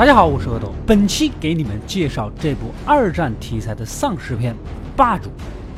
大家好，我是阿斗，本期给你们介绍这部二战题材的丧尸片《霸主》。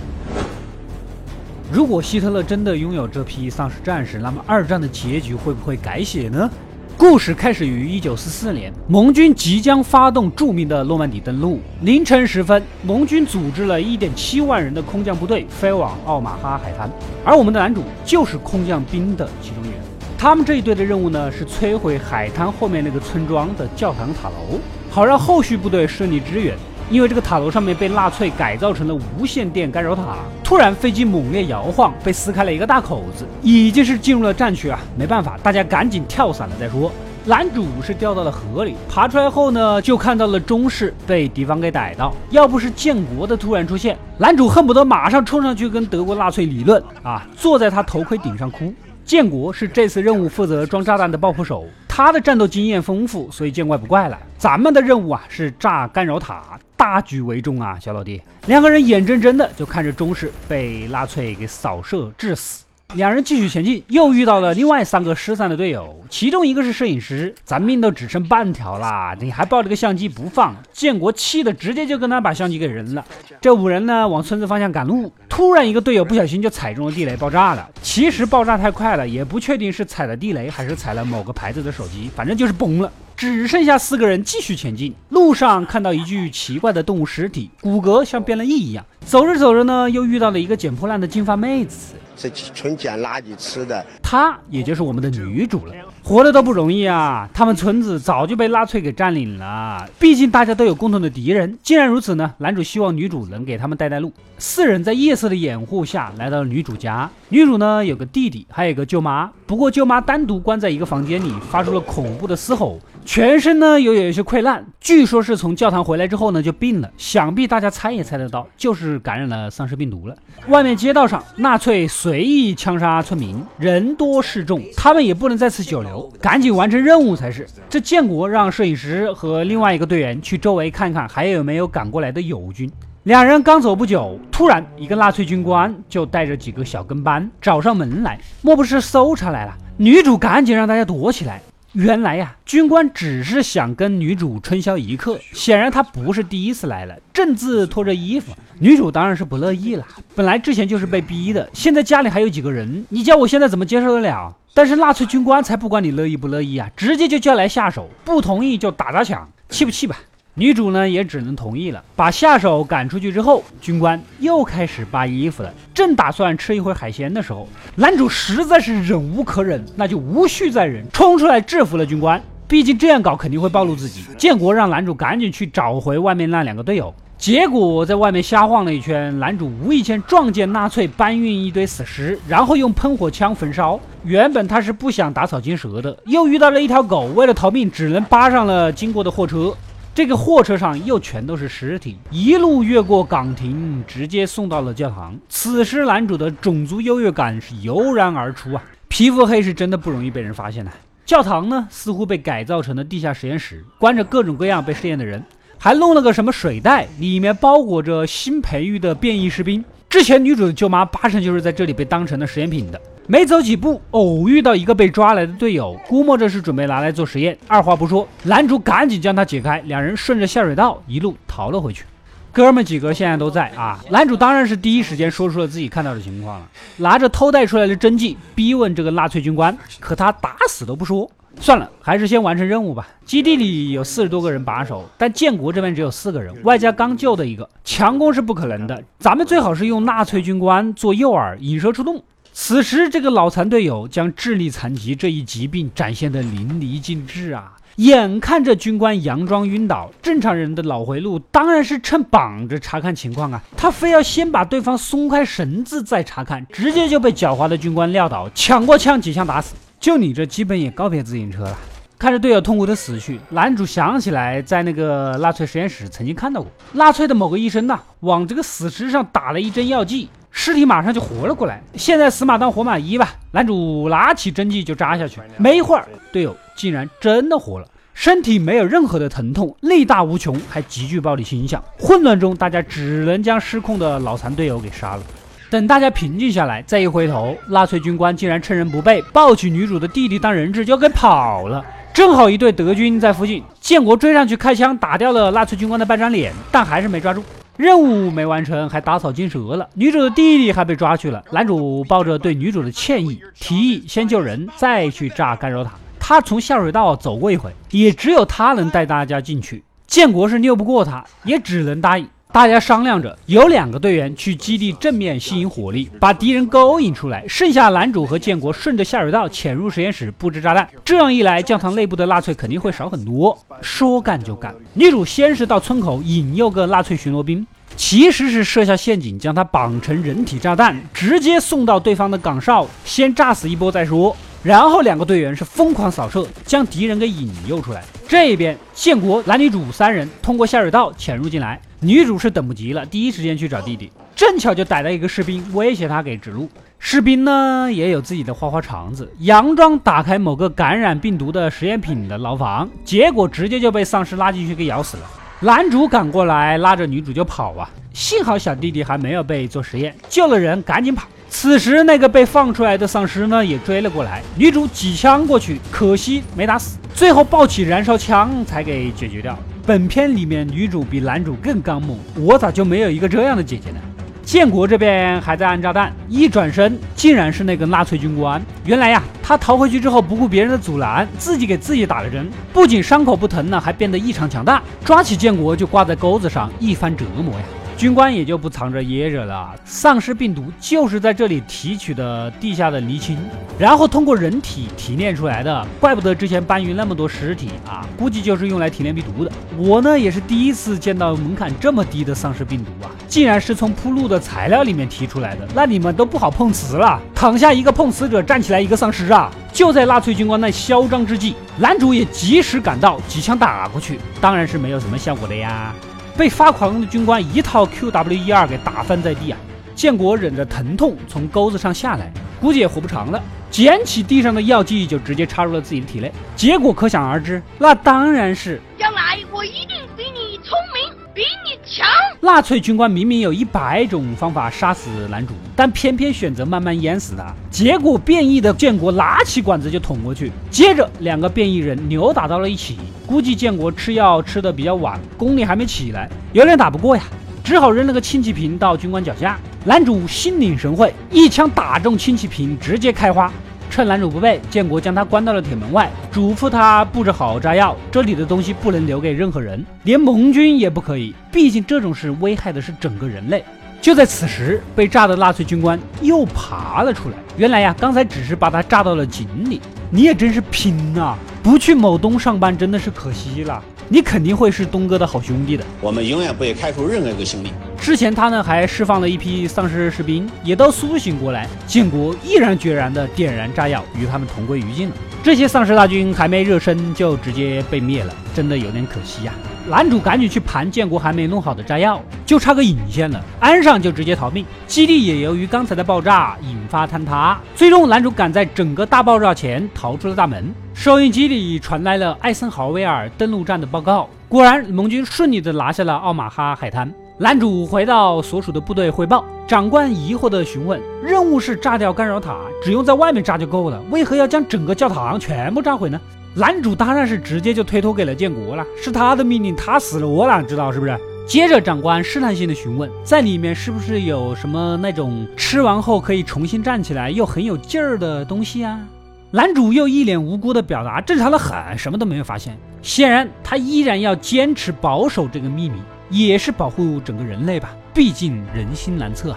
如果希特勒真的拥有这批丧尸战士，那么二战的结局会不会改写呢？故事开始于1944年，盟军即将发动著名的诺曼底登陆。凌晨时分，盟军组织了1.7万人的空降部队飞往奥马哈海滩，而我们的男主就是空降兵的其中一人。他们这一队的任务呢，是摧毁海滩后面那个村庄的教堂塔楼，好让后续部队顺利支援。因为这个塔楼上面被纳粹改造成了无线电干扰塔，突然飞机猛烈摇晃，被撕开了一个大口子，已经是进入了战区啊！没办法，大家赶紧跳伞了再说。男主是掉到了河里，爬出来后呢，就看到了中士被敌方给逮到。要不是建国的突然出现，男主恨不得马上冲上去跟德国纳粹理论啊，坐在他头盔顶上哭。建国是这次任务负责装炸弹的爆破手，他的战斗经验丰富，所以见怪不怪了。咱们的任务啊是炸干扰塔，大局为重啊，小老弟。两个人眼睁睁的就看着中士被纳粹给扫射致死。两人继续前进，又遇到了另外3个失散的队友，其中一个是摄影师，咱命都只剩半条啦，你还抱着个相机不放。建国气的直接就跟他把相机给扔了。这5人呢往村子方向赶路，突然一个队友不小心就踩中了地雷爆炸了。其实爆炸太快了，也不确定是踩了地雷还是踩了某个牌子的手机，反正就是崩了。只剩下4个人继续前进，路上看到一具奇怪的动物尸体，骨骼像变了异一样。走着走着呢，又遇到了一个捡破烂的金发妹子， 这纯捡垃圾吃的。 她也就是我们的女主了，活的都不容易啊！他们村子早就被纳粹给占领了，毕竟大家都有共同的敌人。既然如此呢，男主希望女主能给他们带路。4人在夜色的掩护下来到了女主家。女主呢有个弟弟，还有个舅妈，不过舅妈单独关在一个房间里，发出了恐怖的嘶吼，全身呢有一些溃烂，据说是从教堂回来之后呢就病了，想必大家猜也猜得到，就是感染了丧尸病毒了。外面街道上，纳粹随意枪杀村民，人多势众，他们也不能在此久留，赶紧完成任务才是。这建国让摄影师和另外一个队员去周围看看还有没有赶过来的友军。两人刚走不久，突然一个纳粹军官就带着几个小跟班找上门来，莫不是搜查来了？女主赶紧让大家躲起来。原来呀，军官只是想跟女主春宵一刻，显然他不是第一次来了，正自脱着衣服。女主当然是不乐意了，本来之前就是被逼的，现在家里还有几个人，你叫我现在怎么接受得了？但是纳粹军官才不管你乐意不乐意啊，直接就叫来下手，不同意就打砸抢，气不气吧？女主呢也只能同意了。把下手赶出去之后，军官又开始扒衣服了，正打算吃一回海鲜的时候，男主实在是忍无可忍，那就无需再忍，冲出来制服了军官。毕竟这样搞肯定会暴露自己。建国让男主赶紧去找回外面那2个队友，结果在外面瞎晃了一圈，男主无意间撞见纳粹搬运一堆死尸，然后用喷火枪焚烧。原本他是不想打草惊蛇的，又遇到了一条狗，为了逃命只能扒上了经过的货车。这个货车上又全都是尸体，一路越过岗亭，直接送到了教堂。此时男主的种族优越感是油然而出啊，皮肤黑是真的不容易被人发现的。教堂呢似乎被改造成了地下实验室，关着各种各样被试验的人，还弄了个什么水袋，里面包裹着新培育的变异士兵。之前女主的舅妈8成就是在这里被当成了实验品的。没走几步，偶遇到一个被抓来的队友，估摸着是准备拿来做实验。二话不说，男主赶紧将他解开，两人顺着下水道一路逃了回去。哥们几个现在都在啊，男主当然是第一时间说出了自己看到的情况了，拿着偷带出来的真迹逼问这个纳粹军官，可他打死都不说。算了，还是先完成任务吧。基地里有40多个人把守，但建国这边只有4个人，外加刚救的一个，强攻是不可能的。咱们最好是用纳粹军官做诱饵，引蛇出洞。此时这个脑残队友将智力残疾这一疾病展现得淋漓尽致啊！眼看着军官佯装晕倒，正常人的脑回路当然是趁绑着查看情况啊，他非要先把对方松开绳子再查看，直接就被狡猾的军官撂倒，抢过枪几枪打死。就你这基本也告别自行车了。看着队友痛苦的死去，男主想起来在那个纳粹实验室曾经看到过，纳粹的某个医生往这个死尸上打了一针药剂，尸体马上就活了过来。现在死马当活马医吧，男主拿起针剂就扎下去，没一会儿队友竟然真的活了，身体没有任何的疼痛，力大无穷，还极具暴力倾向。混乱中大家只能将失控的脑残队友给杀了。等大家平静下来，再一回头，纳粹军官竟然趁人不备，抱起女主的弟弟当人质就给跑了。正好一队德军在附近， 建国追上去开枪打掉了纳粹军官的半张脸，但还是没抓住。任务没完成，还打草惊蛇了。女主的弟弟还被抓去了。男主抱着对女主的歉意，提议先救人，再去炸干扰塔。他从下水道走过一回，也只有他能带大家进去。建国是拗不过他，也只能答应。大家商量着，有2个队员去基地正面吸引火力，把敌人勾引出来，剩下男主和建国顺着下水道潜入实验室布置炸弹。这样一来，教堂内部的纳粹肯定会少很多。说干就干，女主先是到村口引诱个纳粹巡逻兵，其实是设下陷阱，将他绑成人体炸弹，直接送到对方的岗哨，先炸死一波再说。然后2个队员是疯狂扫射，将敌人给引诱出来。这边建国男女主3人通过下水道潜入进来，女主是等不及了，第一时间去找弟弟，正巧就逮到一个士兵，威胁他给指路。士兵呢也有自己的花花肠子，佯装打开某个感染病毒的实验品的牢房，结果直接就被丧尸拉进去给咬死了。男主赶过来拉着女主就跑啊，幸好小弟弟还没有被做实验，救了人赶紧跑。此时那个被放出来的丧尸呢也追了过来，女主几枪过去，可惜没打死，最后抱起燃烧枪才给解决掉。本片里面女主比男主更刚猛，我咋就没有一个这样的姐姐呢？建国这边还在安炸弹，一转身竟然是那个纳粹军官。原来呀，他逃回去之后不顾别人的阻拦，自己给自己打了针，不仅伤口不疼呢，还变得异常强大。抓起建国就挂在钩子上，一番折磨呀。军官也就不藏着掖着了，丧尸病毒就是在这里提取的地下的厘清，然后通过人体提炼出来的，怪不得之前搬运那么多尸体啊，估计就是用来提炼病毒的。我呢也是第一次见到门槛这么低的丧尸病毒啊，竟然是从铺路的材料里面提出来的，那你们都不好碰瓷了，躺下一个碰瓷者，站起来一个丧尸啊！就在纳粹军官那嚣张之际，男主也及时赶到，几枪打过去，当然是没有什么效果的呀。被发狂的军官一套 QW12 给打翻在地啊！建国忍着疼痛从钩子上下来，估计也活不长了，捡起地上的药剂就直接插入了自己的体内，结果可想而知，那当然是将来我一定比你聪明，比你强。 纳粹军官明明有100种方法杀死男主，但偏偏选择慢慢淹死他，结果变异的建国拿起管子就捅过去，接着2个变异人扭打到了一起。估计建国吃药吃得比较晚，功力还没起来，有点打不过呀，只好扔了个氢气瓶到军官脚下。男主心领神会，一枪打中氢气瓶，直接开花。趁男主不备，建国将他关到了铁门外，嘱咐他布置好炸药，这里的东西不能留给任何人，连盟军也不可以，毕竟这种事危害的是整个人类。就在此时，被炸的纳粹军官又爬了出来。原来呀，刚才只是把他炸到了井里。你也真是拼啊！不去某东上班真的是可惜了。你肯定会是东哥的好兄弟的。 我们永远不会开除任何一个兄弟。 之前他呢还释放了一批丧尸士兵，也都苏醒过来。建国毅然决然地点燃炸药，与他们同归于尽了。这些丧尸大军还没热身就直接被灭了，真的有点可惜呀。男主赶紧去盘建国还没弄好的炸药，就差个引线了，安上就直接逃命。基地也由于刚才的爆炸引发坍塌，最终男主赶在整个大爆炸前逃出了大门。收音机里传来了艾森豪威尔登陆战的报告，果然盟军顺利地拿下了奥马哈海滩。男主回到所属的部队汇报，长官疑惑地询问，任务是炸掉干扰塔，只用在外面炸就够了，为何要将整个教堂全部炸毁呢？男主当然是直接就推脱给了建国了，是他的命令，他死了我哪知道是不是？接着长官试探性的询问，在里面是不是有什么那种吃完后可以重新站起来又很有劲儿的东西啊？男主又一脸无辜的表达，正常的很，什么都没有发现。显然他依然要坚持保守这个秘密，也是保护整个人类吧，毕竟人心难测啊。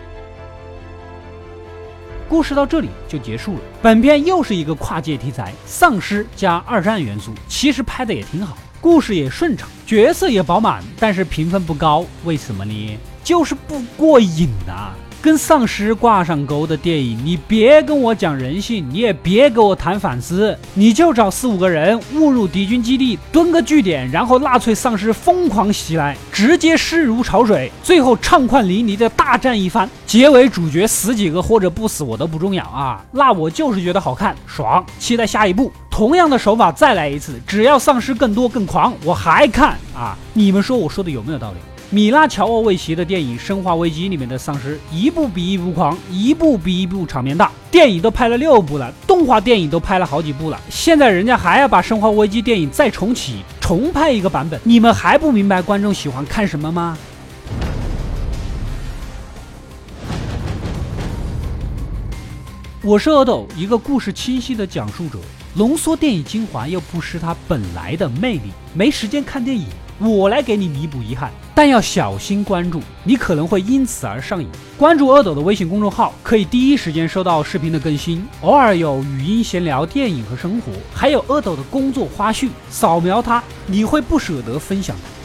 故事到这里就结束了。本片又是一个跨界题材，丧尸加二战元素，其实拍的也挺好，故事也顺畅，角色也饱满，但是评分不高，为什么呢？就是不过瘾啊！跟丧尸挂上钩的电影，你别跟我讲人性，你也别给我谈反思，你就找4-5个人误入敌军基地，蹲个据点，然后纳粹丧尸疯狂袭来，直接势如潮水，最后畅快淋漓的大战一番，结尾主角死几个或者不死我都不重要啊，那我就是觉得好看爽，期待下一部。同样的手法再来一次，只要丧尸更多更狂，我还看啊！你们说我说的有没有道理？米拉乔沃维奇的电影《生化危机》里面的丧尸，一部比一部狂，一部比一部场面大。电影都拍了6部了，动画电影都拍了好几部了，现在人家还要把《生化危机》电影再重启重拍一个版本，你们还不明白观众喜欢看什么吗？我是阿斗，一个故事清晰的讲述者，浓缩电影精华又不失它本来的魅力。没时间看电影，我来给你弥补遗憾，但要小心关注，你可能会因此而上瘾。关注阿斗的微信公众号，可以第一时间收到视频的更新，偶尔有语音闲聊电影和生活，还有阿斗的工作花絮，扫描它你会不舍得分享的。